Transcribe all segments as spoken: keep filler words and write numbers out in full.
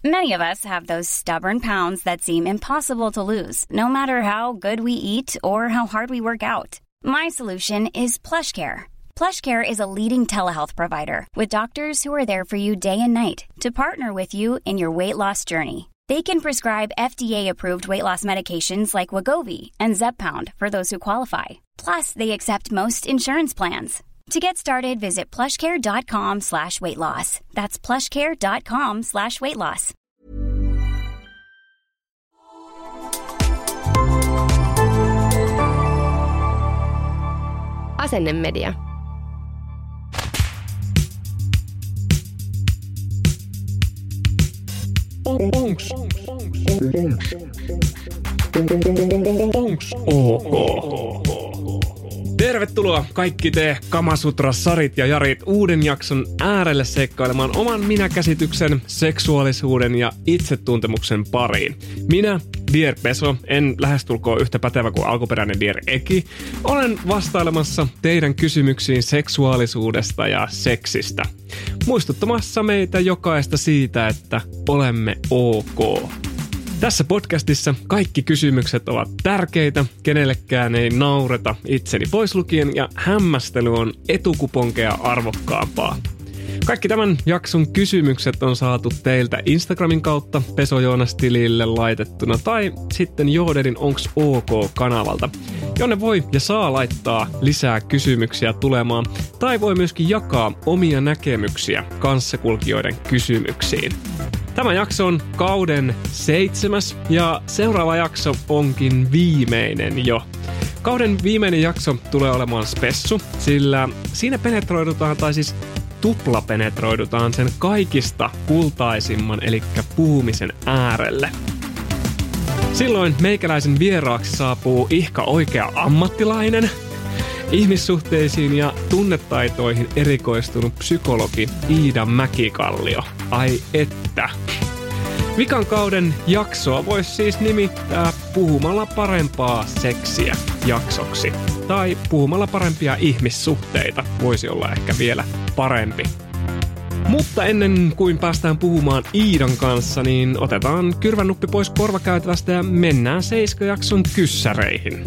Many of us have those stubborn pounds that seem impossible to lose, no matter how good we eat or how hard we work out. My solution is PlushCare. PlushCare is a leading telehealth provider with doctors who are there for you day and night to partner with you in your weight loss journey. They can prescribe F D A-approved weight loss medications like Wegovy and Zepbound for those who qualify. Plus, they accept most insurance plans. To get started, visit plushcare.com slash weight loss. That's plushcare.com slash weight loss. Asennemedia. Onks? Onks ok? Tervetuloa kaikki te Kamasutra-sarit ja Jarit uuden jakson äärelle seikkailemaan oman minäkäsityksen, seksuaalisuuden ja itsetuntemuksen pariin. Minä, Dear Peso, en lähestulkoon yhtä pätevä kuin alkuperäinen Dear Eki, olen vastailemassa teidän kysymyksiin seksuaalisuudesta ja seksistä. Muistuttamassa meitä jokaista siitä, että olemme ok. Tässä podcastissa kaikki kysymykset ovat tärkeitä, kenellekään ei naureta itseni pois lukien ja hämmästely on etukuponkeja arvokkaampaa. Kaikki tämän jakson kysymykset on saatu teiltä Instagramin kautta Peso Joonas-tilille laitettuna tai sitten Joodelin Onks OK-kanavalta, jonne voi ja saa laittaa lisää kysymyksiä tulemaan tai voi myöskin jakaa omia näkemyksiä kanssakulkijoiden kysymyksiin. Tämä jakso on kauden seitsemäs ja seuraava jakso onkin viimeinen jo. Kauden viimeinen jakso tulee olemaan spessu, sillä siinä penetroidutaan, tai siis tuplapenetroidutaan sen kaikista kultaisimman, eli puhumisen äärelle. Silloin meikäläisen vieraaksi saapuu ihka oikea ammattilainen, ihmissuhteisiin ja tunnetaitoihin erikoistunut psykologi Iida Mäkikallio. Ai että. Vikan kauden jaksoa voisi siis nimittää Puhumalla parempaa seksiä jaksoksi. Tai Puhumalla parempia ihmissuhteita voisi olla ehkä vielä parempi. Mutta ennen kuin päästään puhumaan Iidan kanssa, niin otetaan kyrvänuppi pois korvakäytävästä ja mennään Seiska-jakson kyssäreihin.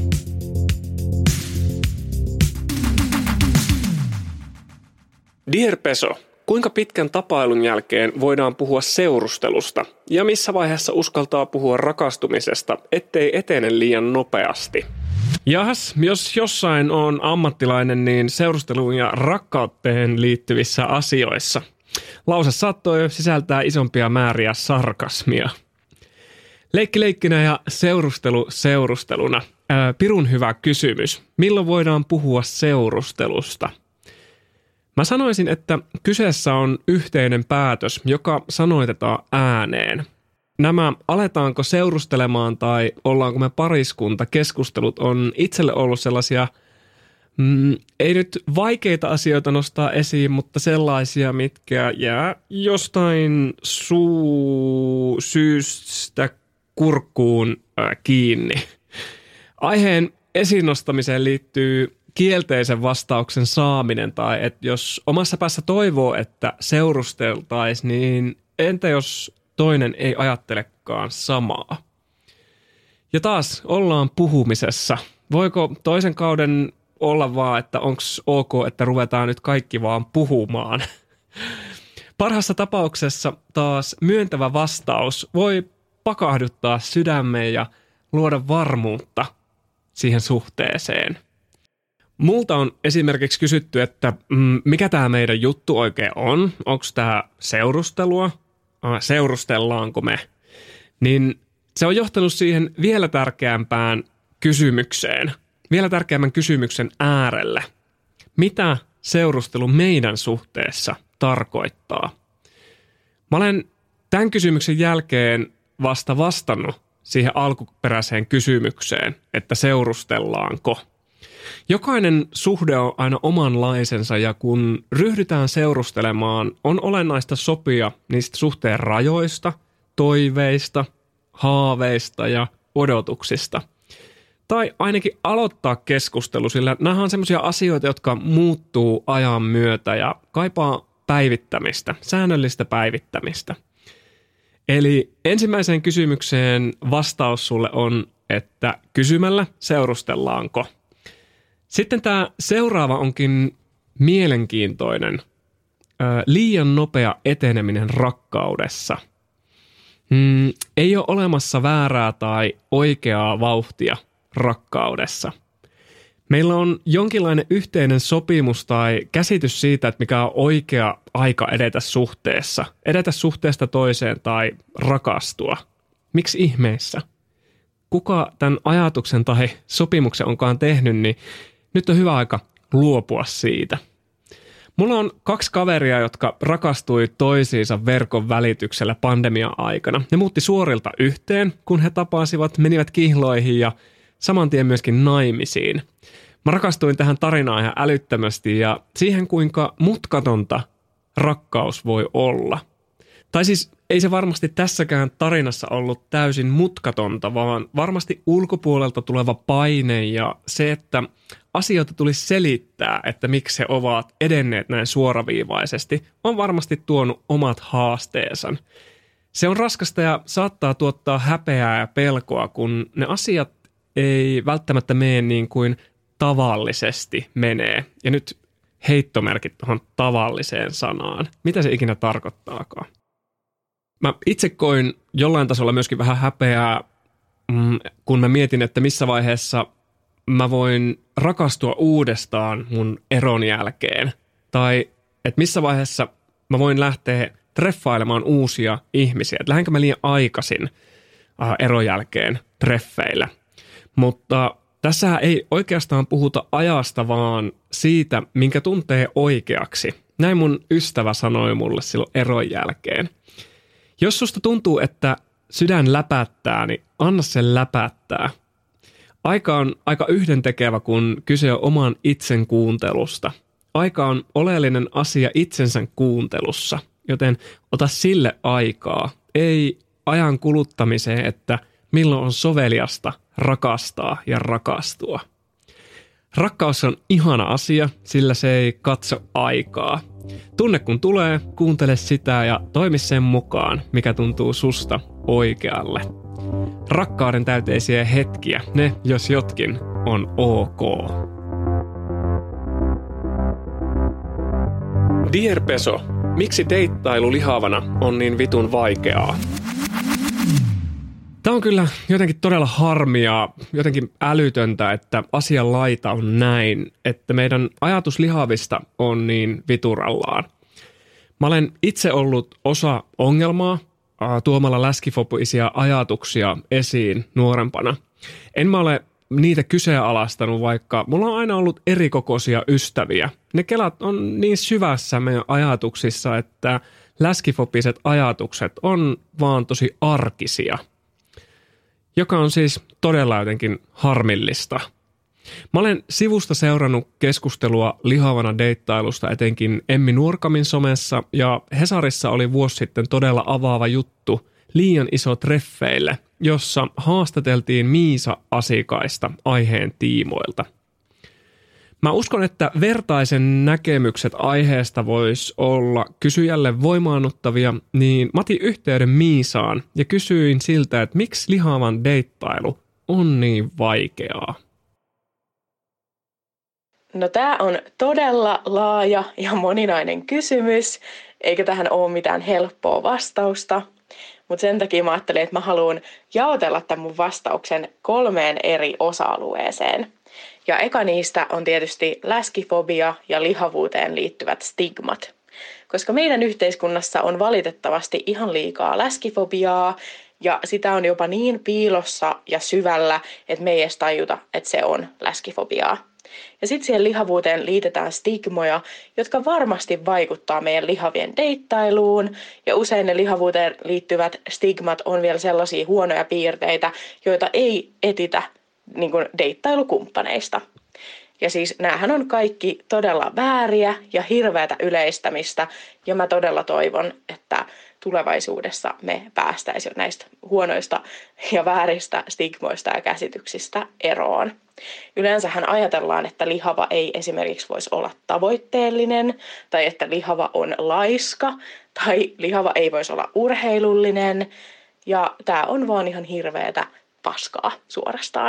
Dear Peso, kuinka pitkän tapailun jälkeen voidaan puhua seurustelusta? Ja missä vaiheessa uskaltaa puhua rakastumisesta, ettei etene liian nopeasti? Jahas, jos jossain on ammattilainen, niin seurusteluun ja rakkauteen liittyvissä asioissa. Lause saattoi sisältää isompia määriä sarkasmia. Leikki leikkinä ja seurustelu seurusteluna. Ää, pirun hyvä kysymys. Milloin voidaan puhua seurustelusta? Mä sanoisin, että kyseessä on yhteinen päätös, joka sanoitetaan ääneen. Nämä aletaanko seurustelemaan tai ollaanko me pariskunta keskustelut on itselle ollut sellaisia, mm, ei nyt vaikeita asioita nostaa esiin, mutta sellaisia, mitkä jää jostain suu syystä kurkkuun äh, kiinni. Aiheen esiin nostamiseen liittyy kielteisen vastauksen saaminen tai että jos omassa päässä toivoo, että seurusteltaisiin, niin entä jos toinen ei ajattelekaan samaa? Ja taas ollaan puhumisessa. Voiko toisen kauden olla vaan, että onks ok, että ruvetaan nyt kaikki vaan puhumaan? Parhaassa tapauksessa taas myöntävä vastaus voi pakahduttaa sydämeen ja luoda varmuutta siihen suhteeseen. Multa on esimerkiksi kysytty, että mm, mikä tämä meidän juttu oikein on? Onko tämä seurustelua? Seurustellaanko me? Niin se on johtanut siihen vielä tärkeämpään kysymykseen, vielä tärkeämmän kysymyksen äärelle. Mitä seurustelu meidän suhteessa tarkoittaa? Mä olen tämän kysymyksen jälkeen vasta vastannut siihen alkuperäiseen kysymykseen, että seurustellaanko. Jokainen suhde on aina omanlaisensa ja kun ryhdytään seurustelemaan, on olennaista sopia niistä suhteen rajoista, toiveista, haaveista ja odotuksista. Tai ainakin aloittaa keskustelu, sillä nämä on sellaisia asioita, jotka muuttuu ajan myötä ja kaipaa päivittämistä, säännöllistä päivittämistä. Eli ensimmäiseen kysymykseen vastaus sulle on, että kysymällä seurustellaanko. Sitten tämä seuraava onkin mielenkiintoinen. Ö, liian nopea eteneminen rakkaudessa. Hmm, ei ole olemassa väärää tai oikeaa vauhtia rakkaudessa. Meillä on jonkinlainen yhteinen sopimus tai käsitys siitä, että mikä on oikea aika edetä suhteessa. Edetä suhteesta toiseen tai rakastua. Miksi ihmeessä? Kuka tämän ajatuksen tai sopimuksen onkaan tehnyt, niin nyt on hyvä aika luopua siitä. Mulla on kaksi kaveria, jotka rakastui toisiinsa verkon välityksellä pandemian aikana. Ne muutti suorilta yhteen, kun he tapasivat, menivät kihloihin ja saman tien myöskin naimisiin. Mä rakastuin tähän tarinaan ihan älyttömästi ja siihen, kuinka mutkatonta rakkaus voi olla. Tai siis ei se varmasti tässäkään tarinassa ollut täysin mutkatonta, vaan varmasti ulkopuolelta tuleva paine ja se, että asioita tulisi selittää, että miksi he ovat edenneet näin suoraviivaisesti, on varmasti tuonut omat haasteensa. Se on raskasta ja saattaa tuottaa häpeää ja pelkoa, kun ne asiat ei välttämättä mene niin kuin tavallisesti menee. Ja nyt heittomerkit tuohon tavalliseen sanaan. Mitä se ikinä tarkoittaakaan? Mä itse koin jollain tasolla myöskin vähän häpeää, kun mä mietin, että missä vaiheessa mä voin rakastua uudestaan mun eron jälkeen. Tai että missä vaiheessa mä voin lähteä treffailemaan uusia ihmisiä. Että lähdenkö mä liian aikaisin eron jälkeen treffeillä. Mutta tässä ei oikeastaan puhuta ajasta, vaan siitä, minkä tuntee oikeaksi. Näin mun ystävä sanoi mulle silloin eron jälkeen. Jos susta tuntuu, että sydän läpättää, niin anna sen läpättää. Aika on aika yhdentekevä, kun kyse on oman itsen kuuntelusta. Aika on oleellinen asia itsensä kuuntelussa, joten ota sille aikaa. Ei ajan kuluttamiseen, että milloin on soveliasta rakastaa ja rakastua. Rakkaus on ihana asia, sillä se ei katso aikaa. Tunne kun tulee, kuuntele sitä ja toimi sen mukaan, mikä tuntuu susta oikealle. Rakkauden täyteisiä hetkiä, ne jos jotkin, on ok. Dear Peso, miksi deittailu lihavana on niin vitun vaikeaa? Tämä on kyllä jotenkin todella harmia, jotenkin älytöntä, että asian laita on näin, että meidän ajatus lihavista on niin viturallaan. Mä olen itse ollut osa ongelmaa tuomalla läskifobisia ajatuksia esiin nuorempana. En mä ole niitä kyseenalaistanut, vaikka mulla on aina ollut erikokoisia ystäviä. Ne kelat on niin syvässä meidän ajatuksissa, että läskifobiset ajatukset on vaan tosi arkisia. Joka on siis todella jotenkin harmillista. Mä olen sivusta seurannut keskustelua lihavana deittailusta etenkin Emmi Nuorkamin somessa ja Hesarissa oli vuosi sitten todella avaava juttu liian iso treffeille, jossa haastateltiin Miisa-asikaista aiheen tiimoilta. Mä uskon, että vertaisen näkemykset aiheesta vois olla kysyjälle voimaannuttavia, niin mä otin yhteyden Miisaan ja kysyin siltä, että miksi lihavan deittailu on niin vaikeaa. No tää on todella laaja ja moninainen kysymys, eikä tähän ole mitään helppoa vastausta. Mutta sen takia mä ajattelin, että mä haluan jaotella tämän mun vastauksen kolmeen eri osa-alueeseen. Ja eka niistä on tietysti läskifobia ja lihavuuteen liittyvät stigmat. Koska meidän yhteiskunnassa on valitettavasti ihan liikaa läskifobiaa ja sitä on jopa niin piilossa ja syvällä, että me ei edes tajuta, että se on läskifobiaa. Ja sitten siihen lihavuuteen liitetään stigmoja, jotka varmasti vaikuttaa meidän lihavien deittailuun. Ja usein ne lihavuuteen liittyvät stigmat on vielä sellaisia huonoja piirteitä, joita ei etitä niin kuin deittailukumppaneista. Ja siis näähän on kaikki todella vääriä ja hirveätä yleistämistä. Ja mä todella toivon, että tulevaisuudessa me päästäisiin näistä huonoista ja vääristä stigmoista ja käsityksistä eroon. Yleensähän ajatellaan, että lihava ei esimerkiksi voisi olla tavoitteellinen tai että lihava on laiska tai lihava ei voisi olla urheilullinen. Ja tää on vaan ihan hirveetä paskaa suorastaan.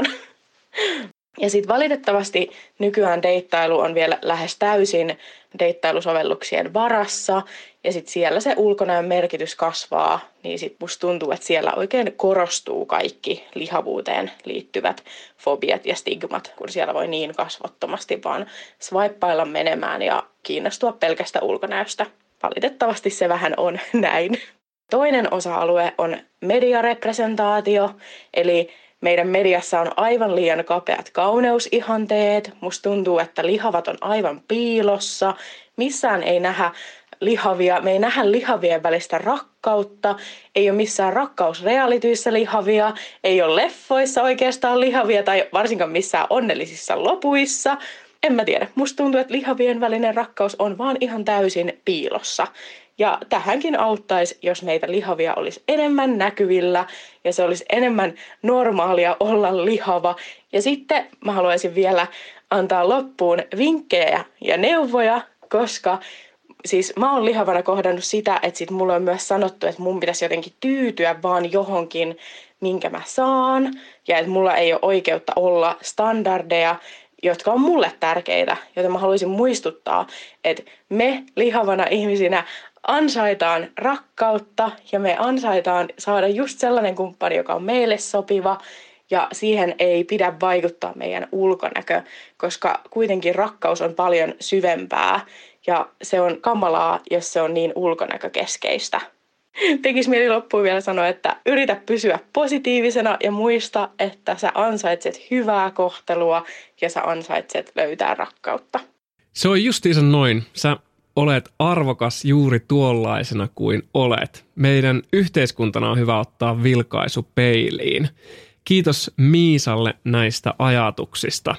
Ja sitten valitettavasti nykyään deittailu on vielä lähes täysin deittailusovelluksien varassa. Ja sitten siellä se ulkonäön merkitys kasvaa, niin sitten musta tuntuu, että siellä oikein korostuu kaikki lihavuuteen liittyvät fobiat ja stigmat, kun siellä voi niin kasvottomasti vaan swipeilla menemään ja kiinnostua pelkästä ulkonäöstä. Valitettavasti se vähän on näin. Toinen osa-alue on mediarepresentaatio, eli meidän mediassa on aivan liian kapeat kauneusihanteet. Musta tuntuu, että lihavat on aivan piilossa. Missään ei nähdä lihavia, me ei nähdä lihavien välistä rakkautta. Ei ole missään rakkausrealityissä lihavia. Ei ole leffoissa oikeastaan lihavia tai varsinkaan missään onnellisissa lopuissa. En mä tiedä. Musta tuntuu, että lihavien välinen rakkaus on vaan ihan täysin piilossa. Ja tähänkin auttaisi, jos meitä lihavia olisi enemmän näkyvillä ja se olisi enemmän normaalia olla lihava. Ja sitten mä haluaisin vielä antaa loppuun vinkkejä ja neuvoja, koska siis mä oon lihavana kohdannut sitä, että sit mulla on myös sanottu, että mun pitäisi jotenkin tyytyä vaan johonkin, minkä mä saan. Ja että mulla ei ole oikeutta olla standardeja, jotka on mulle tärkeitä, joten mä haluaisin muistuttaa, että me lihavana ihmisinä ansaitaan rakkautta ja me ansaitaan saada just sellainen kumppani, joka on meille sopiva ja siihen ei pidä vaikuttaa meidän ulkonäkö, koska kuitenkin rakkaus on paljon syvempää ja se on kamalaa, jos se on niin ulkonäkökeskeistä. Tekis mieli loppuun vielä sanoa, että yritä pysyä positiivisena ja muista, että sä ansaitset hyvää kohtelua ja sä ansaitset löytää rakkautta. Se on justiinsa noin. Sä olet arvokas juuri tuollaisena kuin olet. Meidän yhteiskuntana on hyvä ottaa vilkaisu peiliin. Kiitos Miisalle näistä ajatuksista.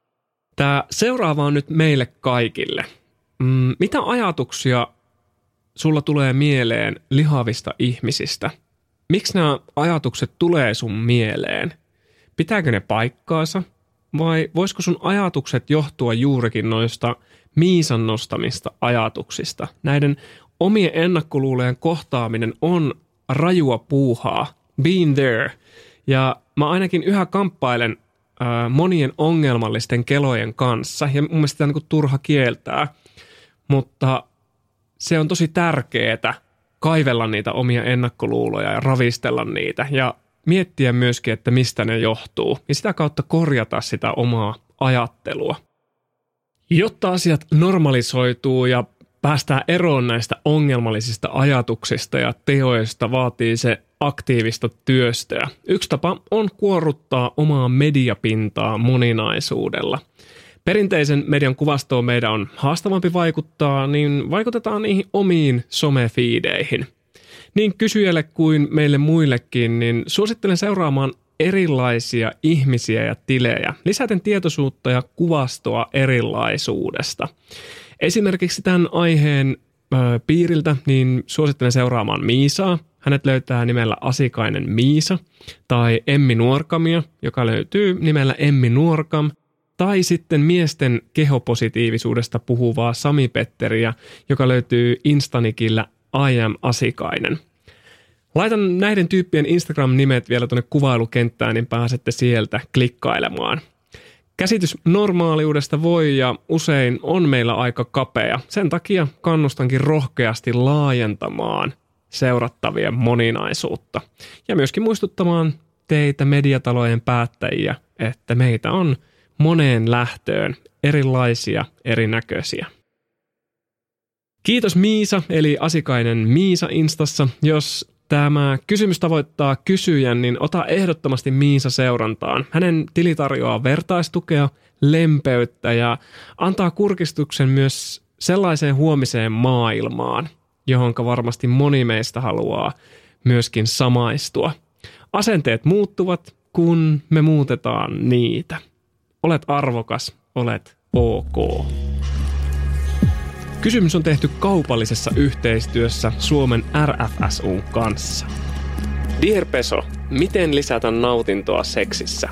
Tämä seuraava on nyt meille kaikille. Mm, mitä ajatuksia sulla tulee mieleen lihavista ihmisistä? Miksi nämä ajatukset tulee sun mieleen? Pitääkö ne paikkaansa? Vai voisiko sun ajatukset johtua juurikin noista Miisan nostamista ajatuksista? Näiden omien ennakkoluulojen kohtaaminen on rajua puuhaa. Been there. Ja mä ainakin yhä kamppailen äh, monien ongelmallisten kelojen kanssa. Ja mun mielestä tämä on niin kuin turha kieltää. Mutta se on tosi tärkeää kaivella niitä omia ennakkoluuloja ja ravistella niitä. Ja miettiä myöskin, että mistä ne johtuu. Ja sitä kautta korjata sitä omaa ajattelua. Jotta asiat normalisoituu ja päästään eroon näistä ongelmallisista ajatuksista ja teoista, vaatii se aktiivista työstöä. Yksi tapa on kuorruttaa omaa mediapintaa moninaisuudella. Perinteisen median kuvastoon meidän on haastavampi vaikuttaa, niin vaikutetaan niihin omiin somefiideihin. Niin kysyjälle kuin meille muillekin, niin suosittelen seuraamaan erilaisia ihmisiä ja tilejä, lisäten tietoisuutta ja kuvastoa erilaisuudesta. Esimerkiksi tämän aiheen ö, piiriltä niin suosittelen seuraamaan Miisaa. Hänet löytää nimellä Asikainen Miisa, tai Emmi Nuorkamia, joka löytyy nimellä Emmi Nuorkam, tai sitten miesten kehopositiivisuudesta puhuvaa Sami Petteriä, joka löytyy Instanikillä I am Asikainen. Laitan näiden tyyppien Instagram-nimet vielä tuonne kuvailukenttään, niin pääsette sieltä klikkailemaan. Käsitys normaaliudesta voi ja usein on meillä aika kapea. Sen takia kannustankin rohkeasti laajentamaan seurattavien moninaisuutta. Ja myöskin muistuttamaan teitä mediatalojen päättäjiä, että meitä on moneen lähtöön erilaisia, erinäköisiä. Kiitos Miisa, eli Asikainen Miisa Instassa. Jos tämä kysymys tavoittaa kysyjän, niin ota ehdottomasti Miisa seurantaan. Hänen tili tarjoaa vertaistukea, lempeyttä ja antaa kurkistuksen myös sellaiseen huomiseen maailmaan, johonka varmasti moni meistä haluaa myöskin samaistua. Asenteet muuttuvat, kun me muutetaan niitä. Olet arvokas, olet ok. Kysymys on tehty kaupallisessa yhteistyössä Suomen R F S U:n kanssa. Dear Peso, miten lisätä nautintoa seksissä?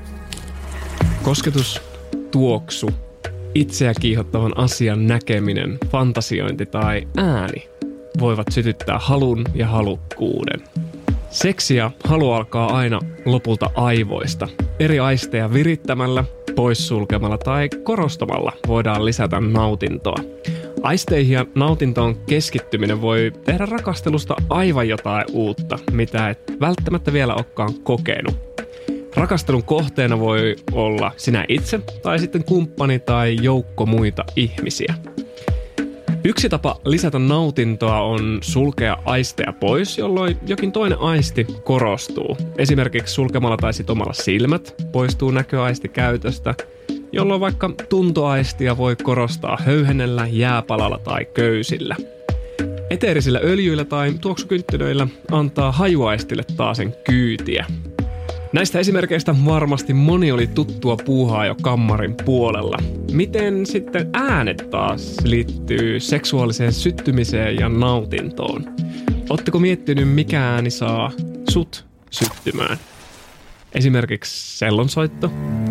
Kosketus, tuoksu, itseä kiihottavan asian näkeminen, fantasiointi tai ääni. voivat sytyttää halun ja halukkuuden. Seksi ja halu alkaa aina lopulta aivoista. Eri aisteja virittämällä, poissulkemalla tai korostamalla voidaan lisätä nautintoa. Aisteihin ja nautintoon keskittyminen voi tehdä rakastelusta aivan jotain uutta, mitä et välttämättä vielä olekaan kokenut. Rakastelun kohteena voi olla sinä itse tai sitten kumppani tai joukko muita ihmisiä. Yksi tapa lisätä nautintoa on sulkea aisteja pois, jolloin jokin toinen aisti korostuu. Esimerkiksi sulkemalla tai sitomalla silmät poistuu näköaisti käytöstä, jolloin vaikka tuntoaistia voi korostaa höyhenellä, jääpalalla tai köysillä. Eteerisillä öljyillä tai tuoksukynttilöillä antaa hajuaistille taasen kyytiä. Näistä esimerkkeistä varmasti moni oli tuttua puuhaa jo kammarin puolella. Miten sitten äänet taas liittyy seksuaaliseen syttymiseen ja nautintoon? Ootteko miettinyt, mikä ääni saa sut syttymään? Esimerkiksi sellonsoitto?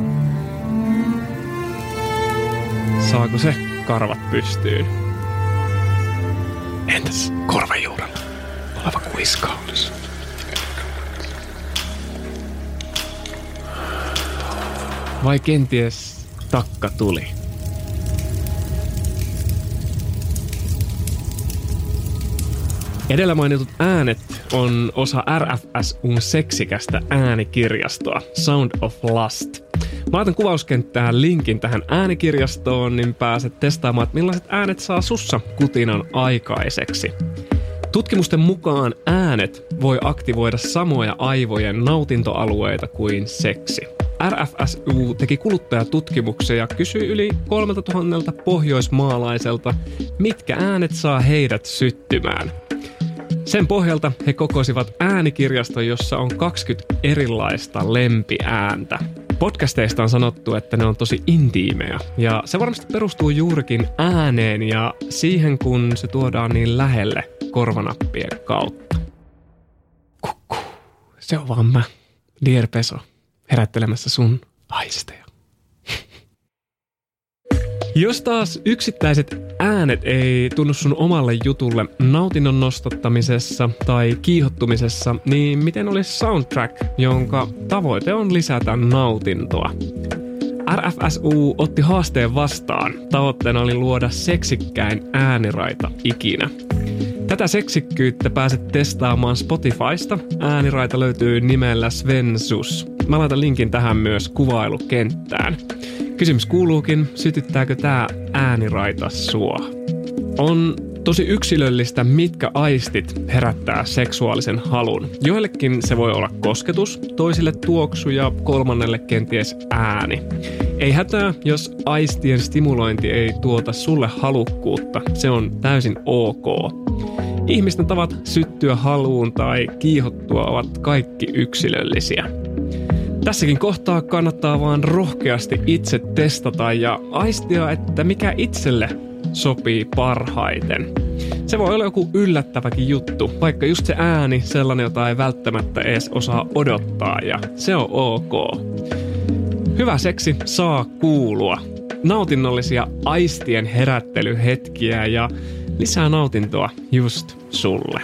Saako se karvat pystyyn? Entäs korvajuurella oleva kuiskaus? Vai kenties takka tuli? Edellä mainitut äänet on osa R F S U:n seksikästä äänikirjastoa Sound of Lust. Mä laitan kuvauskenttään linkin tähän äänikirjastoon, niin pääset testaamaan, että millaiset äänet saa sussa kutinan aikaiseksi. Tutkimusten mukaan äänet voi aktivoida samoja aivojen nautintoalueita kuin seksi. R F S U teki kuluttajatutkimuksia ja kysyi yli kolmeltatuhannelta pohjoismaalaiselta, mitkä äänet saa heidät syttymään. Sen pohjalta he kokosivat äänikirjaston, jossa on kaksikymmentä erilaista lempiääntä. Podcasteista on sanottu, että ne on tosi intiimejä, ja se varmasti perustuu juurikin ääneen ja siihen, kun se tuodaan niin lähelle korvanappien kautta. Kukku, se on vaan mä, Dear Peso, herättelemässä sun aisteja. Jos taas yksittäiset äänet ei tunnu sun omalle jutulle nautinnon nostattamisessa tai kiihottumisessa, niin miten olisi soundtrack, jonka tavoite on lisätä nautintoa? R F S U otti haasteen vastaan. Tavoitteena oli luoda seksikkäin ääniraita ikinä. Tätä seksikkyyttä pääset testaamaan Spotifysta. Ääniraita löytyy nimellä Svensus. Mä laitan linkin tähän myös kuvailukenttään. Kysymys kuuluukin, sytyttääkö tää ääniraita sua? On tosi yksilöllistä, mitkä aistit herättää seksuaalisen halun. Joillekin se voi olla kosketus, toisille tuoksu ja kolmannelle kenties ääni. Ei hätää, jos aistien stimulointi ei tuota sulle halukkuutta. Se on täysin ok. Ihmisten tavat syttyä haluun tai kiihottua ovat kaikki yksilöllisiä. Tässäkin kohtaa kannattaa vaan rohkeasti itse testata ja aistia, että mikä itselle sopii parhaiten. Se voi olla joku yllättäväkin juttu, vaikka just se ääni sellainen, jota ei välttämättä edes osaa odottaa, ja se on ok. Hyvä seksi saa kuulua. Nautinnollisia aistien herättelyhetkiä ja lisää nautintoa just sulle.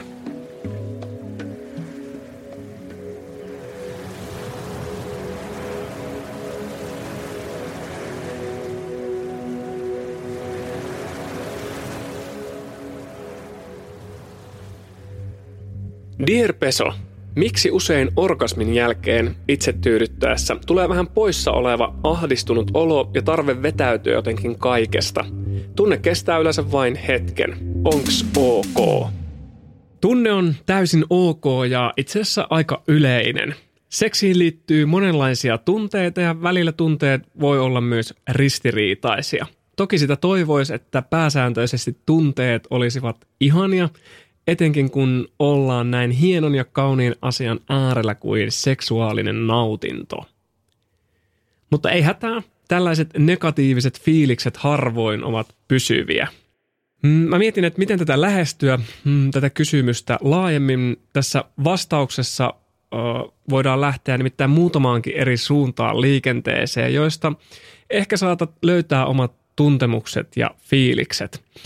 Dear Peso, miksi usein orgasmin jälkeen itsetyydyttäessä tulee vähän poissa oleva ahdistunut olo ja tarve vetäytyä jotenkin kaikesta? Tunne kestää yleensä vain hetken. Onks ok? Tunne on täysin ok ja itse asiassa aika yleinen. Seksiin liittyy monenlaisia tunteita ja välillä tunteet voi olla myös ristiriitaisia. Toki sitä toivoisi, että pääsääntöisesti tunteet olisivat ihania, etenkin kun ollaan näin hienon ja kauniin asian äärellä kuin seksuaalinen nautinto. Mutta ei hätää, tällaiset negatiiviset fiilikset harvoin ovat pysyviä. Mä mietin, että miten tätä lähestyä, tätä kysymystä laajemmin. Tässä vastauksessa voidaan lähteä nimittäin muutamaankin eri suuntaan liikenteeseen, joista ehkä saatat löytää omat tuntemukset ja fiilikset.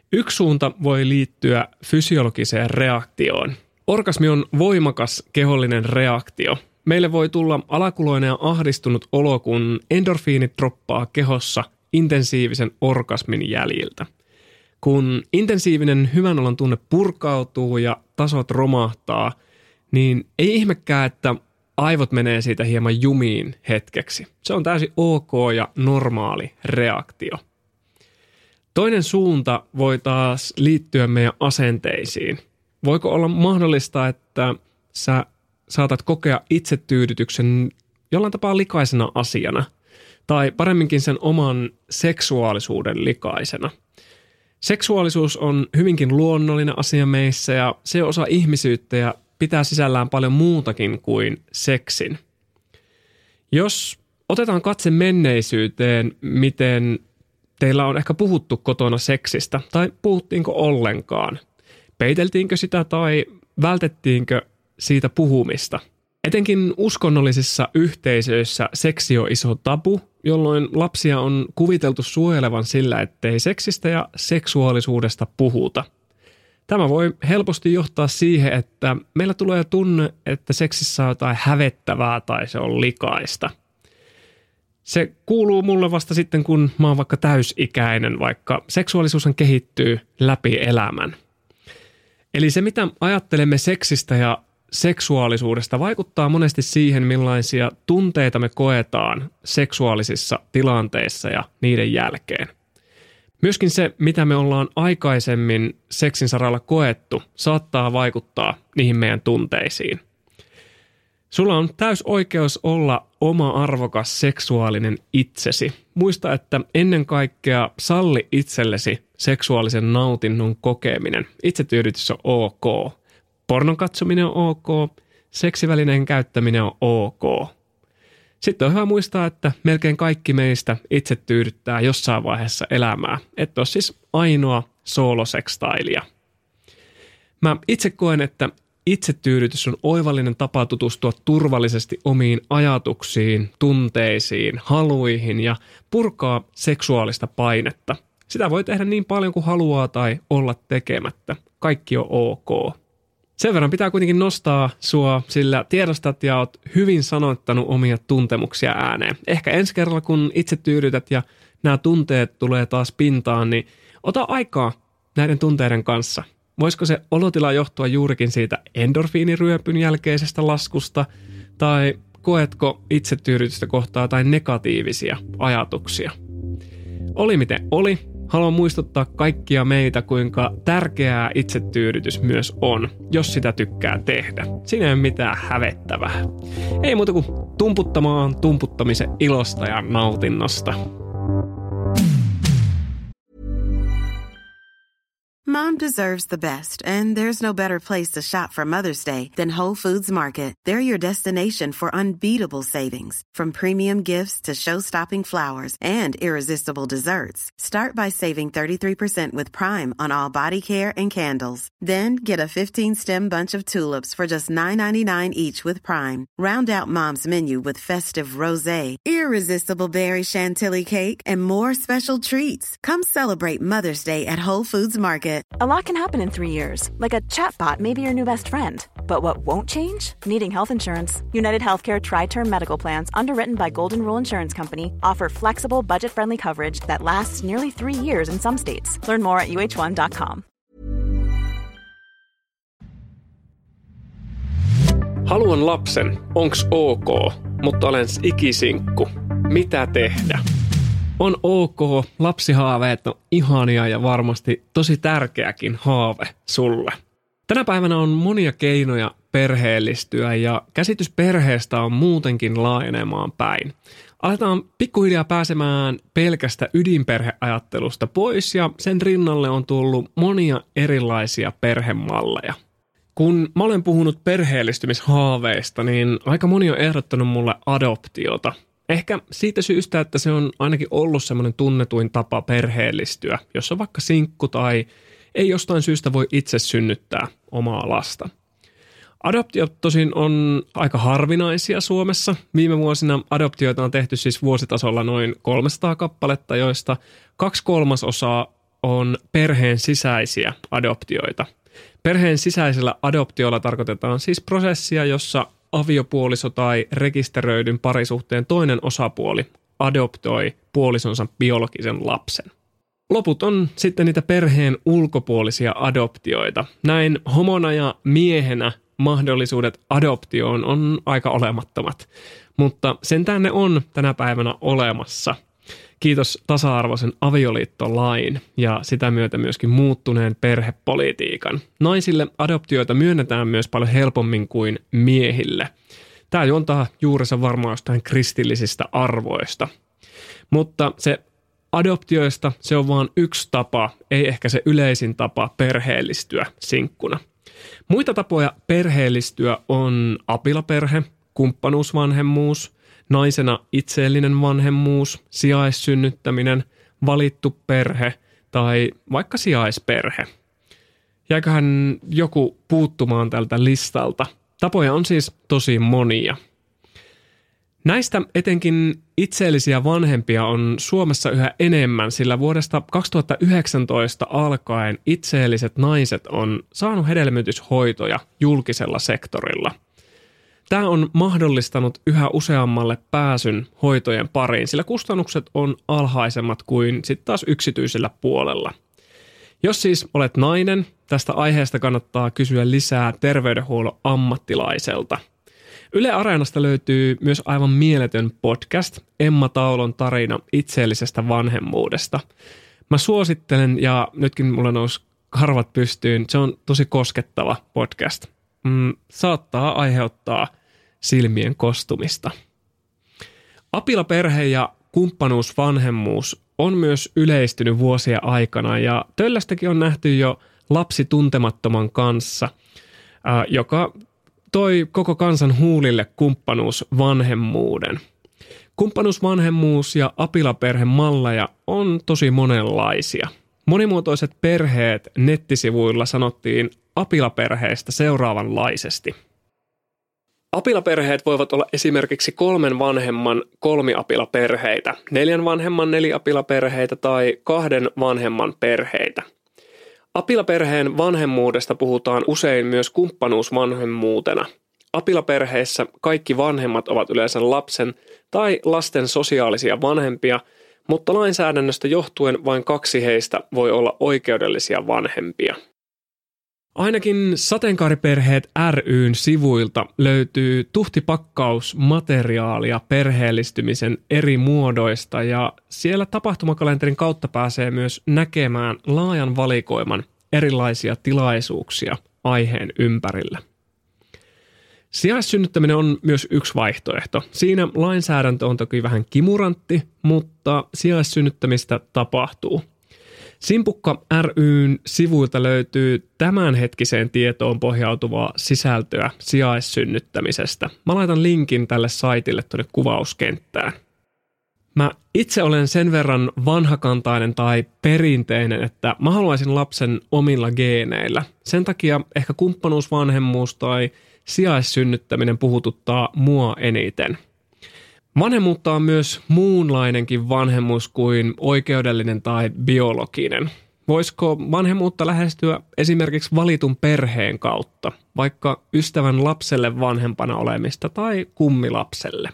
Yksi suunta voi liittyä fysiologiseen reaktioon. Orgasmi on voimakas kehollinen reaktio. Meille voi tulla alakuloinen ja ahdistunut olo, kun endorfiinit droppaa kehossa intensiivisen orgasmin jäljiltä. Kun intensiivinen hyvän olon tunne purkautuu ja tasot romahtaa, niin ei ihmekään, että aivot menee siitä hieman jumiin hetkeksi. Se on täysin ok ja normaali reaktio. Toinen suunta voi taas liittyä meidän asenteisiin. Voiko olla mahdollista, että sä saatat kokea itsetyydytyksen jollain tapaa likaisena asiana, tai paremminkin sen oman seksuaalisuuden likaisena? Seksuaalisuus on hyvinkin luonnollinen asia meissä ja se osa ihmisyyttä ja pitää sisällään paljon muutakin kuin seksin. Jos otetaan katse menneisyyteen, miten teillä on ehkä puhuttu kotona seksistä, tai puhuttiinko ollenkaan? Peiteltiinkö sitä tai vältettiinkö siitä puhumista? Etenkin uskonnollisissa yhteisöissä seksi on iso tabu, jolloin lapsia on kuviteltu suojelevan sillä, ettei seksistä ja seksuaalisuudesta puhuta. Tämä voi helposti johtaa siihen, että meillä tulee tunne, että seksissä on jotain hävettävää tai se on likaista. Se kuuluu mulle vasta sitten, kun mä oon vaikka täysikäinen, vaikka seksuaalisuushan kehittyy läpi elämän. Eli se, mitä ajattelemme seksistä ja seksuaalisuudesta, vaikuttaa monesti siihen, millaisia tunteita me koetaan seksuaalisissa tilanteissa ja niiden jälkeen. Myöskin se, mitä me ollaan aikaisemmin seksin saralla koettu, saattaa vaikuttaa niihin meidän tunteisiin. Sulla on täys oikeus olla oma arvokas seksuaalinen itsesi. Muista, että ennen kaikkea salli itsellesi seksuaalisen nautinnon kokeminen. Itsetyydytys on ok. Pornon katsominen on ok. Seksivälineen käyttäminen on ok. Sitten on hyvä muistaa, että melkein kaikki meistä itse tyydyttää jossain vaiheessa elämää. Et ole siis ainoa soolosekstailija. Mä itse koen, että itsetyydytys on oivallinen tapa tutustua turvallisesti omiin ajatuksiin, tunteisiin, haluihin ja purkaa seksuaalista painetta. Sitä voi tehdä niin paljon kuin haluaa tai olla tekemättä. Kaikki on ok. Sen verran pitää kuitenkin nostaa sua, sillä tiedostat ja oot hyvin sanottanut omia tuntemuksia ääneen. Ehkä ensi kerralla, kun itse tyydytät ja nämä tunteet tulee taas pintaan, niin ota aikaa näiden tunteiden kanssa. Voisiko se olotila johtua juurikin siitä endorfiiniryöpyn jälkeisestä laskusta, tai koetko itsetyydytystä kohtaa tai negatiivisia ajatuksia? Oli miten oli. Haluan muistuttaa kaikkia meitä, kuinka tärkeää itsetyydytys myös on, jos sitä tykkää tehdä. Siinä ei ole mitään hävettävää. Ei muuta kuin tumputtamaan tumputtamisen ilosta ja nautinnosta. Mom deserves the best, and there's no better place to shop for Mother's Day than Whole Foods Market. They're your destination for unbeatable savings, from premium gifts to show-stopping flowers and irresistible desserts. Start by saving thirty-three percent with Prime on all body care and candles. Then get a fifteen-stem bunch of tulips for just nine ninety-nine each with Prime. Round out Mom's menu with festive rosé, irresistible berry chantilly cake, and more special treats. Come celebrate Mother's Day at Whole Foods Market. A lot can happen in three years, like a chatbot may be your new best friend. But what won't change? Needing health insurance. United Healthcare Tri-Term Medical Plans, underwritten by Golden Rule Insurance Company, offer flexible, budget-friendly coverage that lasts nearly three years in some states. Learn more at U H one dot com. Haluan lapsen, onks ok, mutta olen ikisinkku. Mitä tehdä? On ok, lapsihaaveet on ihania ja varmasti tosi tärkeäkin haave sulle. Tänä päivänä on monia keinoja perheellistyä ja käsitys perheestä on muutenkin laajenemaan päin. Aletaan pikkuhiljaa pääsemään pelkästä ydinperheajattelusta pois ja sen rinnalle on tullut monia erilaisia perhemalleja. Kun mä olen puhunut perheellistymishaaveista, niin aika moni on ehdottanut mulle adoptiota. Ehkä siitä syystä, että se on ainakin ollut semmoinen tunnetuin tapa perheellistyä, jos on vaikka sinkku tai ei jostain syystä voi itse synnyttää omaa lasta. Adoptiot tosin on aika harvinaisia Suomessa. Viime vuosina adoptioita on tehty siis vuositasolla noin kolmesataa kappaletta, joista kaksi kolmasosaa on perheen sisäisiä adoptioita. Perheen sisäisellä adoptiolla tarkoitetaan siis prosessia, jossa aviopuoliso tai rekisteröidyn parisuhteen toinen osapuoli adoptoi puolisonsa biologisen lapsen. Loput on sitten niitä perheen ulkopuolisia adoptioita. Näin homona ja miehenä mahdollisuudet adoptioon on aika olemattomat, mutta sentään ne on tänä päivänä olemassa. Kiitos tasa-arvoisen avioliittolain ja sitä myötä myöskin muuttuneen perhepolitiikan. Naisille adoptioita myönnetään myös paljon helpommin kuin miehille. Tämä juontaa juurensa varmaan jostain kristillisistä arvoista. Mutta se adoptioista se on vain yksi tapa, ei ehkä se yleisin tapa perheellistyä sinkkuna. Muita tapoja perheellistyä on apilaperhe, kumppanuusvanhemmuus, naisena itseellinen vanhemmuus, sijaissynnyttäminen, valittu perhe tai vaikka sijaisperhe. Jääköhän joku puuttumaan tältä listalta? Tapoja on siis tosi monia. Näistä etenkin itseellisiä vanhempia on Suomessa yhä enemmän, sillä vuodesta kaksituhattayhdeksäntoista alkaen itseelliset naiset on saanut hedelmöityshoitoja julkisella sektorilla. Tämä on mahdollistanut yhä useammalle pääsyn hoitojen pariin, sillä kustannukset on alhaisemmat kuin sitten taas yksityisellä puolella. Jos siis olet nainen, tästä aiheesta kannattaa kysyä lisää terveydenhuollon ammattilaiselta. Yle Areenasta löytyy myös aivan mieletön podcast, Emma Taulon tarina itseellisestä vanhemmuudesta. Mä suosittelen ja nytkin mulla nousi karvat pystyyn, se on tosi koskettava podcast. Mm, saattaa aiheuttaa silmien kostumista. Apilaperhe ja kumppanuusvanhemmuus on myös yleistynyt vuosien aikana ja töllästäkin on nähty jo lapsi tuntemattoman kanssa, ää, joka toi koko kansan huulille kumppanuusvanhemmuuden. Kumppanuusvanhemmuus ja apilaperhemalleja on tosi monenlaisia. Monimuotoiset perheet nettisivuilla sanottiin apilaperheistä seuraavanlaisesti. Apilaperheet voivat olla esimerkiksi kolmen vanhemman kolmiapilaperheitä, neljän vanhemman neliapilaperheitä tai kahden vanhemman perheitä. Apilaperheen vanhemmuudesta puhutaan usein myös kumppanuusvanhemmuutena. Apilaperheissä kaikki vanhemmat ovat yleensä lapsen tai lasten sosiaalisia vanhempia, mutta lainsäädännöstä johtuen vain kaksi heistä voi olla oikeudellisia vanhempia. Ainakin Sateenkaariperheet ry:n sivuilta löytyy tuhtipakkaus materiaalia perheellistymisen eri muodoista ja siellä tapahtumakalenterin kautta pääsee myös näkemään laajan valikoiman erilaisia tilaisuuksia aiheen ympärillä. Sijaissynnyttäminen on myös yksi vaihtoehto. Siinä lainsäädäntö on toki vähän kimurantti, mutta sijaissynnyttämistä tapahtuu. Simpukka ry:n sivuilta löytyy tämänhetkiseen tietoon pohjautuvaa sisältöä sijaissynnyttämisestä. Mä laitan linkin tälle saitille tuonne kuvauskenttään. Mä itse olen sen verran vanhakantainen tai perinteinen, että mä haluaisin lapsen omilla geeneillä. Sen takia ehkä kumppanuusvanhemmuus tai sijaissynnyttäminen puhututtaa mua eniten. Vanhemmuutta on myös muunlainenkin vanhemmuus kuin oikeudellinen tai biologinen. Voisiko vanhemmuutta lähestyä esimerkiksi valitun perheen kautta, vaikka ystävän lapselle vanhempana olemista tai kummilapselle?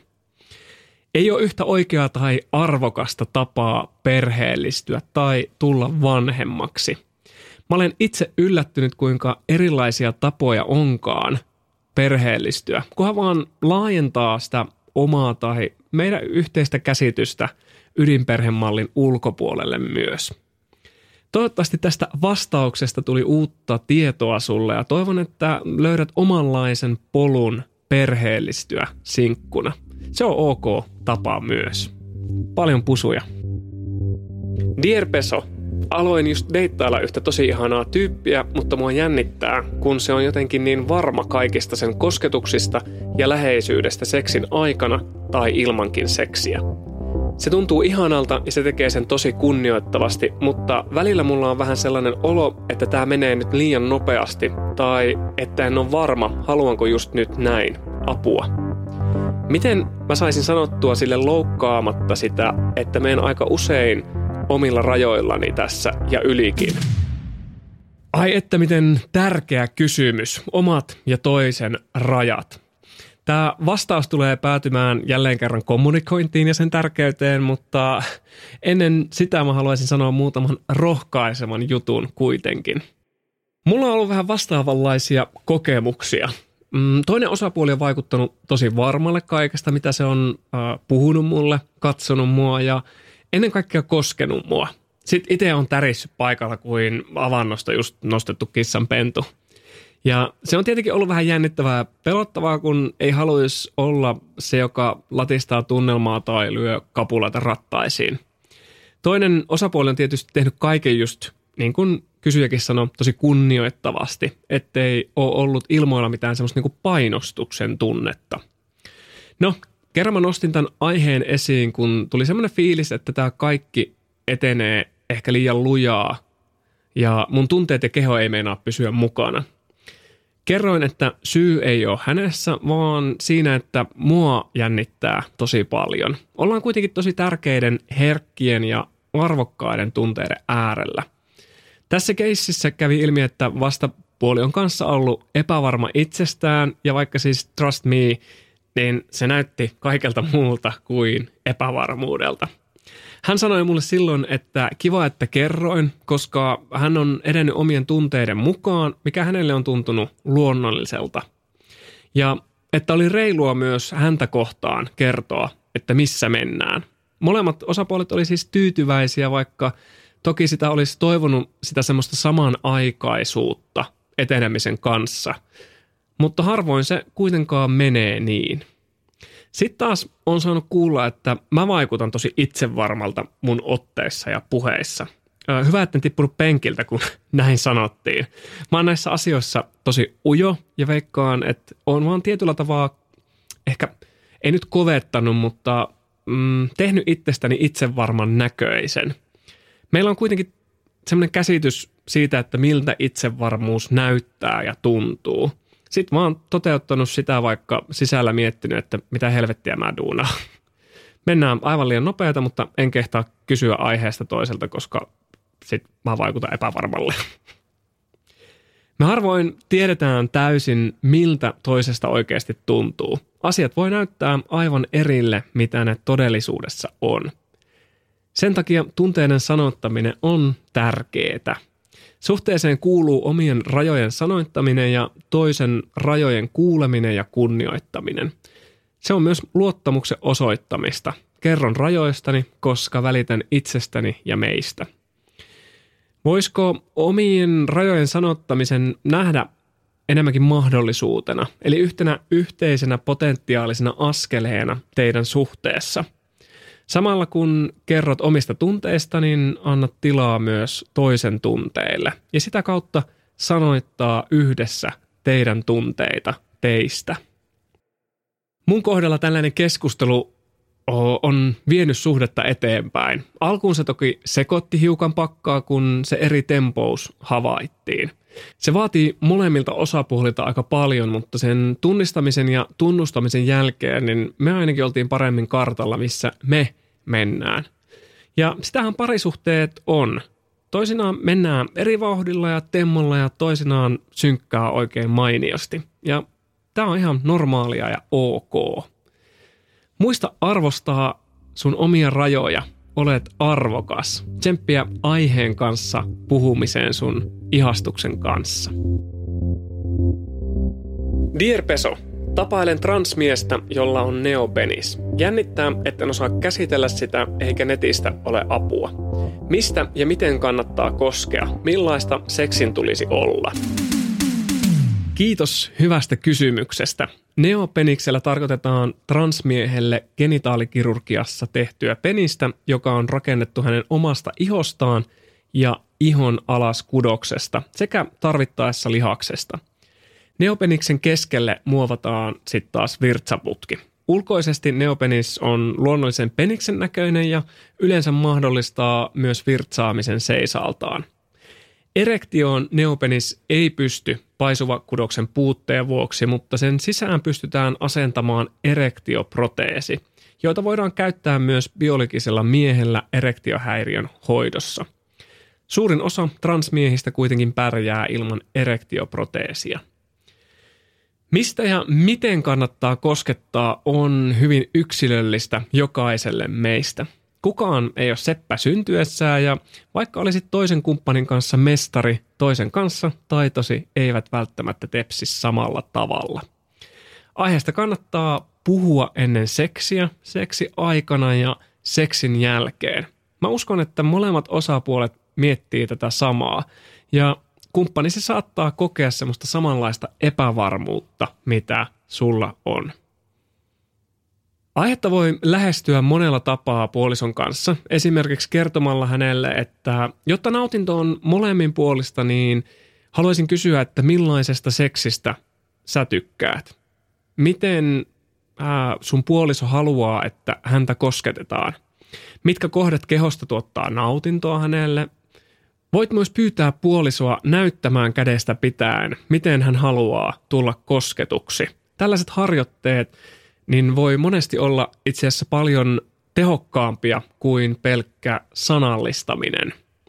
Ei ole yhtä oikeaa tai arvokasta tapaa perheellistyä tai tulla vanhemmaksi. Mä olen itse yllättynyt, kuinka erilaisia tapoja onkaan perheellistyä, kunhan vaan laajentaa sitä omaa tai meidän yhteistä käsitystä ydinperhemallin ulkopuolelle myös. Toivottavasti tästä vastauksesta tuli uutta tietoa sulle ja toivon, että löydät omanlaisen polun perheellistyä sinkkuna. Se on ok tapa myös. Paljon pusuja. Dear Peso, aloin just deittailla yhtä tosi ihanaa tyyppiä, mutta mua jännittää, kun se on jotenkin niin varma kaikista sen kosketuksista ja läheisyydestä seksin aikana tai ilmankin seksiä. Se tuntuu ihanalta ja se tekee sen tosi kunnioittavasti, mutta välillä mulla on vähän sellainen olo, että tää menee nyt liian nopeasti tai että en ole varma, haluanko just nyt näin. Apua. Miten mä saisin sanottua sille loukkaamatta sitä, että meen aika usein omilla rajoillani tässä ja ylikin. Ai että miten tärkeä kysymys, omat ja toisen rajat. Tämä vastaus tulee päätymään jälleen kerran kommunikointiin ja sen tärkeyteen, mutta ennen sitä mä haluaisin sanoa muutaman rohkaisevan jutun kuitenkin. Mulla on ollut vähän vastaavanlaisia kokemuksia. Toinen osapuoli on vaikuttanut tosi varmalle kaikesta, mitä se on äh, puhunut mulle, katsonut mua ja ennen kaikkea koskenut mua. Sitten itse on tärissyt paikalla kuin avannosta just nostettu kissanpentu. Ja se on tietenkin ollut vähän jännittävää ja pelottavaa, kun ei haluaisi olla se, joka latistaa tunnelmaa tai lyö kapulaita rattaisiin. Toinen osapuoli on tietysti tehnyt kaiken just, niin kuin kysyjäkin sanoi, tosi kunnioittavasti, ettei ole ollut ilmoilla mitään semmoista niin kuin painostuksen tunnetta. No, kerran mä nostin tämän aiheen esiin, kun tuli semmoinen fiilis, että tämä kaikki etenee ehkä liian lujaa ja mun tunteet ja keho ei meinaa pysyä mukana. Kerroin, että syy ei ole hänessä, vaan siinä, että mua jännittää tosi paljon. Ollaan kuitenkin tosi tärkeiden, herkkien ja arvokkaiden tunteiden äärellä. Tässä keississä kävi ilmi, että vastapuoli on kanssa ollut epävarma itsestään ja vaikka siis trust me, niin se näytti kaikelta muulta kuin epävarmuudelta. Hän sanoi mulle silloin, että kiva, että kerroin, koska hän on edennyt omien tunteiden mukaan, mikä hänelle on tuntunut luonnolliselta. Ja että oli reilua myös häntä kohtaan kertoa, että missä mennään. Molemmat osapuolet oli siis tyytyväisiä, vaikka toki sitä olisi toivonut sitä semmoista samanaikaisuutta etenemisen kanssa. Mutta harvoin se kuitenkaan menee niin. Sitten taas on saanut kuulla, että mä vaikutan tosi itsevarmalta mun otteissa ja puheissa. Hyvä, että en tippunut penkiltä, kun näin sanottiin. Mä oon näissä asioissa tosi ujo ja veikkaan, että oon vaan tietyllä tavalla ehkä, ei nyt kovettanut, mutta mm, tehnyt itsestäni itsevarman näköisen. Meillä on kuitenkin semmoinen käsitys siitä, että miltä itsevarmuus näyttää ja tuntuu. Sitten mä oon toteuttanut sitä vaikka sisällä miettinyt, että mitä helvettiä mä duunaan. Mennään aivan liian nopeata, mutta en kehtaa kysyä aiheesta toiselta, koska sit mä vaikutan epävarmalle. Me harvoin tiedetään täysin, miltä toisesta oikeasti tuntuu. Asiat voi näyttää aivan erille, mitä ne todellisuudessa on. Sen takia tunteiden sanottaminen on tärkeää. Suhteeseen kuuluu omien rajojen sanoittaminen ja toisen rajojen kuuleminen ja kunnioittaminen. Se on myös luottamuksen osoittamista. Kerron rajoistani, koska välitän itsestäni ja meistä. Voisiko omien rajojen sanottamisen nähdä enemmänkin mahdollisuutena, eli yhtenä yhteisenä potentiaalisena askeleena teidän suhteessa? Samalla kun kerrot omista tunteista, niin annat tilaa myös toisen tunteille. Ja sitä kautta sanoittaa yhdessä teidän tunteita teistä. Mun kohdalla tällainen keskustelu on vienyt suhdetta eteenpäin. Alkuun se toki sekoitti hiukan pakkaa, kun se eri tempous havaittiin. Se vaatii molemmilta osapuolilta aika paljon, mutta sen tunnistamisen ja tunnustamisen jälkeen niin me ainakin oltiin paremmin kartalla, missä me mennään. Ja sitähän parisuhteet on. Toisinaan mennään eri vauhdilla ja temmolla ja toisinaan synkkää oikein mainiosti. Ja tämä on ihan normaalia ja ok. Muista arvostaa sun omia rajoja. Olet arvokas. Tsemppiä aiheen kanssa puhumiseen sun ihastuksen kanssa. Dear Peso, tapailen transmiestä, jolla on neopenis. Jännittää, etten osaa käsitellä sitä eikä netistä ole apua. Mistä ja miten kannattaa koskea? Millaista seksin tulisi olla? Kiitos hyvästä kysymyksestä. Neopeniksellä tarkoitetaan transmiehelle genitaalikirurgiassa tehtyä penistä, joka on rakennettu hänen omasta ihostaan ja ihon alaskudoksesta sekä tarvittaessa lihaksesta. Neopeniksen keskelle muovataan sitten taas virtsaputki. Ulkoisesti neopenis on luonnollisen peniksen näköinen ja yleensä mahdollistaa myös virtsaamisen seisaltaan. Erektioon neopenis ei pysty paisuvakudoksen puutteen vuoksi, mutta sen sisään pystytään asentamaan erektioproteesi, joita voidaan käyttää myös biologisella miehellä erektiohäiriön hoidossa. Suurin osa transmiehistä kuitenkin pärjää ilman erektioproteesia. Mistä ja miten kannattaa koskettaa on hyvin yksilöllistä jokaiselle meistä. Kukaan ei ole seppä syntyessään ja vaikka olisit toisen kumppanin kanssa mestari, toisen kanssa taitosi eivät välttämättä tepsi samalla tavalla. Aiheesta kannattaa puhua ennen seksiä, seksi aikana ja seksin jälkeen. Mä uskon, että molemmat osapuolet miettii tätä samaa ja kumppanisi saattaa kokea semmoista samanlaista epävarmuutta, mitä sulla on. Aihetta voi lähestyä monella tapaa puolison kanssa, esimerkiksi kertomalla hänelle, että jotta nautinto on molemmin puolista, niin haluaisin kysyä, että millaisesta seksistä sä tykkäät? Miten ää, sun puoliso haluaa, että häntä kosketetaan? Mitkä kohdat kehosta tuottaa nautintoa hänelle? Voit myös pyytää puolisoa näyttämään kädestä pitäen, miten hän haluaa tulla kosketuksi. Tällaiset harjoitteet niin voi monesti olla itse asiassa paljon tehokkaampia kuin pelkkä sanallistaminen.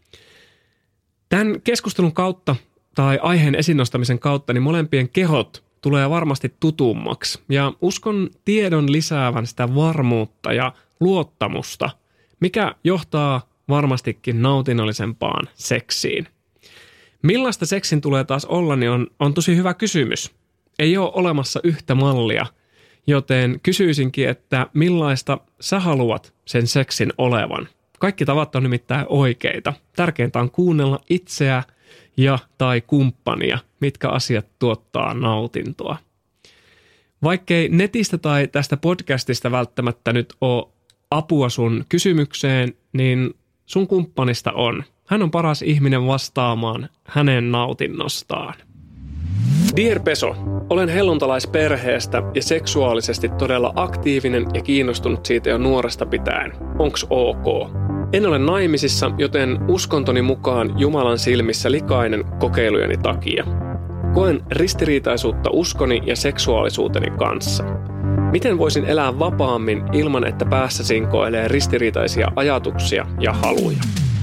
Tämän keskustelun kautta tai aiheen esiin nostamisen kautta niin molempien kehot tulee varmasti tutummaksi ja uskon tiedon lisäävän sitä varmuutta ja luottamusta, mikä johtaa varmastikin nautinnollisempaan seksiin. Millaista seksin tulee taas olla, niin on, on tosi hyvä kysymys. Ei ole olemassa yhtä mallia, joten kysyisinkin, että millaista sä haluat sen seksin olevan. Kaikki tavat on nimittäin oikeita. Tärkeintä on kuunnella itseä ja tai kumppania, mitkä asiat tuottaa nautintoa. Vaikkei netistä tai tästä podcastista välttämättä nyt ole apua sun kysymykseen, niin sun kumppanista on. Hän on paras ihminen vastaamaan hänen nautinnostaan. Dear Peso, olen helluntalaisperheestä ja seksuaalisesti todella aktiivinen ja kiinnostunut siitä jo nuoresta pitäen. Onks ok? En ole naimisissa, joten uskontoni mukaan Jumalan silmissä likainen kokeilujeni takia. Koen ristiriitaisuutta uskoni ja seksuaalisuuteni kanssa. Miten voisin elää vapaammin ilman, että päässä sinkoilee ristiriitaisia ajatuksia ja haluja?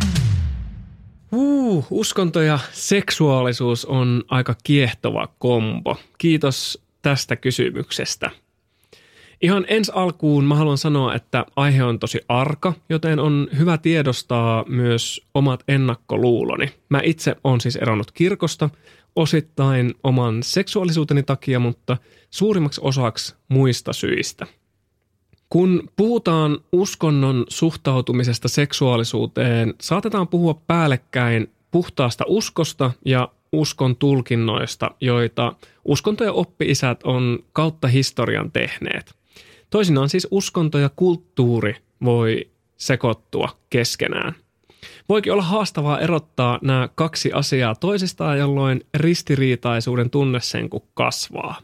Uh, uskonto ja seksuaalisuus on aika kiehtova kombo. Kiitos tästä kysymyksestä. Ihan ensi alkuun mä haluan sanoa, että aihe on tosi arka, joten on hyvä tiedostaa myös omat ennakkoluuloni. Mä itse olen siis eronnut kirkosta, osittain oman seksuaalisuuteni takia, mutta suurimmaksi osaksi muista syistä. Kun puhutaan uskonnon suhtautumisesta seksuaalisuuteen, saatetaan puhua päällekkäin puhtaasta uskosta ja uskon tulkinnoista, joita uskonto- ja oppi-isät on kautta historian tehneet. Toisinaan siis uskonto ja kulttuuri voi sekoittua keskenään. Voikin olla haastavaa erottaa nämä kaksi asiaa toisistaan, jolloin ristiriitaisuuden tunne sen kun kasvaa.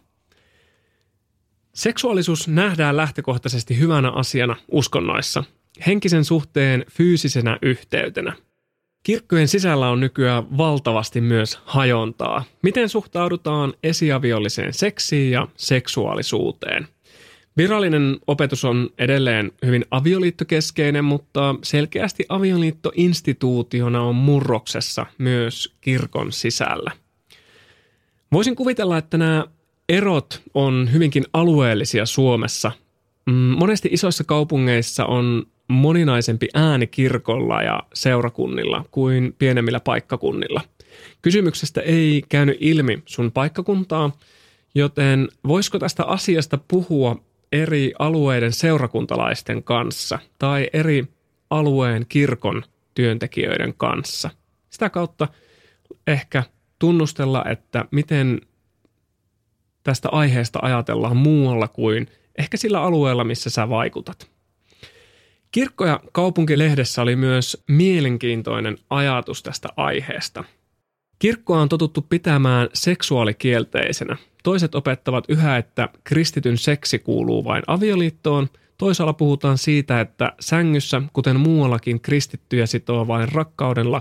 Seksuaalisuus nähdään lähtökohtaisesti hyvänä asiana uskonnoissa, henkisen suhteen fyysisenä yhteytenä. Kirkkojen sisällä on nykyään valtavasti myös hajontaa. Miten suhtaudutaan esiaviolliseen seksiin ja seksuaalisuuteen? Virallinen opetus on edelleen hyvin avioliittokeskeinen, mutta selkeästi avioliitto instituutiona on murroksessa myös kirkon sisällä. Voisin kuvitella, että nämä erot on hyvinkin alueellisia Suomessa. Monesti isoissa kaupungeissa on moninaisempi ääni kirkolla ja seurakunnilla kuin pienemmillä paikkakunnilla. Kysymyksestä ei käynyt ilmi sun paikkakuntaa, joten voisiko tästä asiasta puhua eri alueiden seurakuntalaisten kanssa tai eri alueen kirkon työntekijöiden kanssa. Sitä kautta ehkä tunnustella, että miten tästä aiheesta ajatellaan muualla kuin ehkä sillä alueella, missä sä vaikutat. Kirkko- ja kaupunkilehdessä oli myös mielenkiintoinen ajatus tästä aiheesta. Kirkkoa on totuttu pitämään seksuaalikielteisenä. Toiset opettavat yhä, että kristityn seksi kuuluu vain avioliittoon. Toisaalla puhutaan siitä, että sängyssä, kuten muuallakin, kristittyjä sitoo vain rakkauden laki,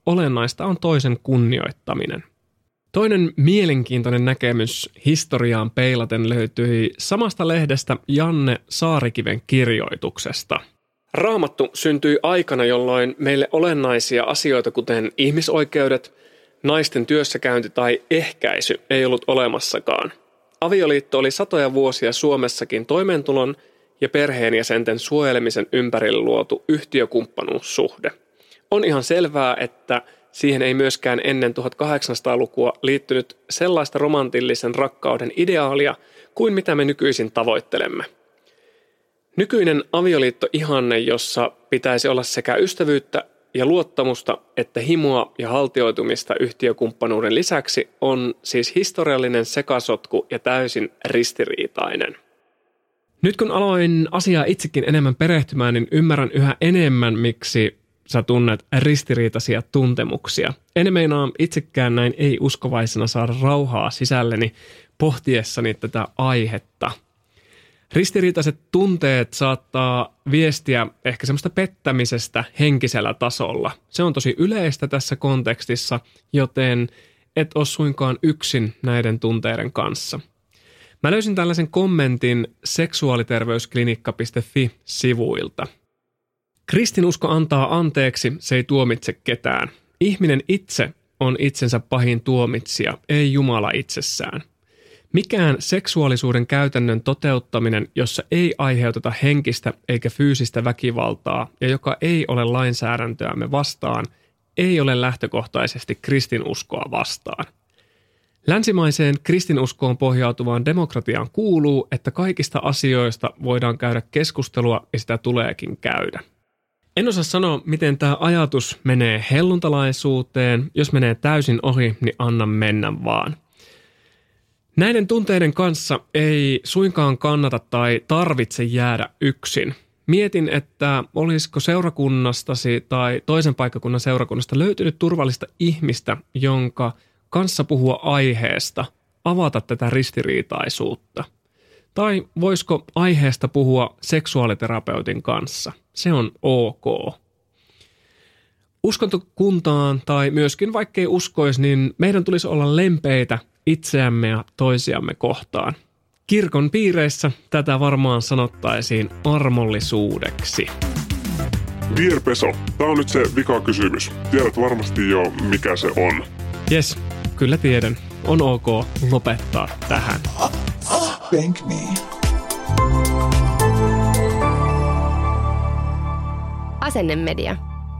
olennaista on toisen kunnioittaminen. Toinen mielenkiintoinen näkemys historiaan peilaten löytyi samasta lehdestä Janne Saarikiven kirjoituksesta. Raamattu syntyi aikana, jolloin meille olennaisia asioita, kuten ihmisoikeudet, naisten työssäkäynti tai ehkäisy, ei ollut olemassakaan. Avioliitto oli satoja vuosia Suomessakin toimeentulon ja perheenjäsenten suojelemisen ympärillä luotu yhtiökumppanuussuhde. On ihan selvää, että siihen ei myöskään ennen tuhatkahdeksansataalukua liittynyt sellaista romantillisen rakkauden ideaalia kuin mitä me nykyisin tavoittelemme. Nykyinen avioliittoihanne, jossa pitäisi olla sekä ystävyyttä ja luottamusta että himoa ja haltioitumista yhtiökumppanuuden lisäksi, on siis historiallinen sekasotku ja täysin ristiriitainen. Nyt kun aloin asiaa itsekin enemmän perehtymään, niin ymmärrän yhä enemmän, miksi sä tunnet ristiriitaisia tuntemuksia. En meinaa itsekään näin ei-uskovaisena saada rauhaa sisälleni pohtiessani tätä aihetta. Ristiriitaiset tunteet saattaa viestiä ehkä semmoista pettämisestä henkisellä tasolla. Se on tosi yleistä tässä kontekstissa, joten et ole suinkaan yksin näiden tunteiden kanssa. Mä löysin tällaisen kommentin seksuaaliterveysklinikka piste fi-sivuilta. Kristinusko antaa anteeksi, se ei tuomitse ketään. Ihminen itse on itsensä pahin tuomitsija, ei Jumala itsessään. Mikään seksuaalisuuden käytännön toteuttaminen, jossa ei aiheuteta henkistä eikä fyysistä väkivaltaa ja joka ei ole lainsäädäntöämme vastaan, ei ole lähtökohtaisesti kristinuskoa vastaan. Länsimaiseen kristinuskoon pohjautuvaan demokratiaan kuuluu, että kaikista asioista voidaan käydä keskustelua ja sitä tuleekin käydä. En osaa sanoa, miten tämä ajatus menee helluntalaisuuteen. Jos menee täysin ohi, niin anna mennä vaan. Näiden tunteiden kanssa ei suinkaan kannata tai tarvitse jäädä yksin. Mietin, että olisiko seurakunnastasi tai toisen paikkakunnan seurakunnasta löytynyt turvallista ihmistä, jonka kanssa puhua aiheesta, avata tätä ristiriitaisuutta. Tai voisiko aiheesta puhua seksuaaliterapeutin kanssa? Se on ok. Uskontokuntaan tai myöskin vaikkei uskoisi, niin meidän tulisi olla lempeitä itseämme ja toisiamme kohtaan. Kirkon piireissä tätä varmaan sanottaisiin armollisuudeksi. Dear Peso, tää on nyt se vika kysymys. Tiedät varmasti jo, mikä se on. Jes, kyllä tiedän. On ok lopettaa tähän. Thank me. Asennemedia.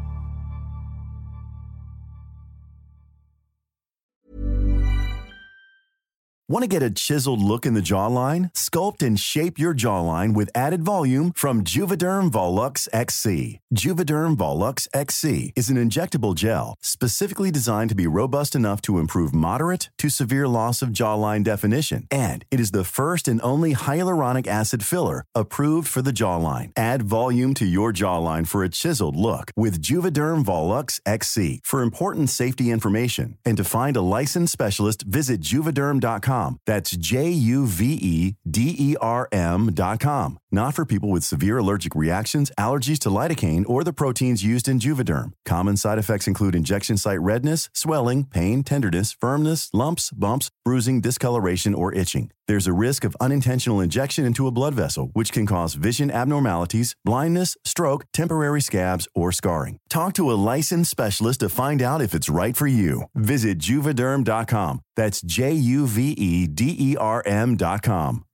Want to get a chiseled look in the jawline? Sculpt and shape your jawline with added volume from Juvederm Volux X C. Juvederm Volux X C is an injectable gel specifically designed to be robust enough to improve moderate to severe loss of jawline definition. And it is the first and only hyaluronic acid filler approved for the jawline. Add volume to your jawline for a chiseled look with Juvederm Volux X C. For important safety information and to find a licensed specialist, visit juvederm dot com. That's J U V E D E R M dot com. Not for people with severe allergic reactions, allergies to lidocaine, or the proteins used in Juvederm. Common side effects include injection site redness, swelling, pain, tenderness, firmness, lumps, bumps, bruising, discoloration, or itching. There's a risk of unintentional injection into a blood vessel, which can cause vision abnormalities, blindness, stroke, temporary scabs, or scarring. Talk to a licensed specialist to find out if it's right for you. Visit juvederm dot com. That's J U V E D E R M dot com.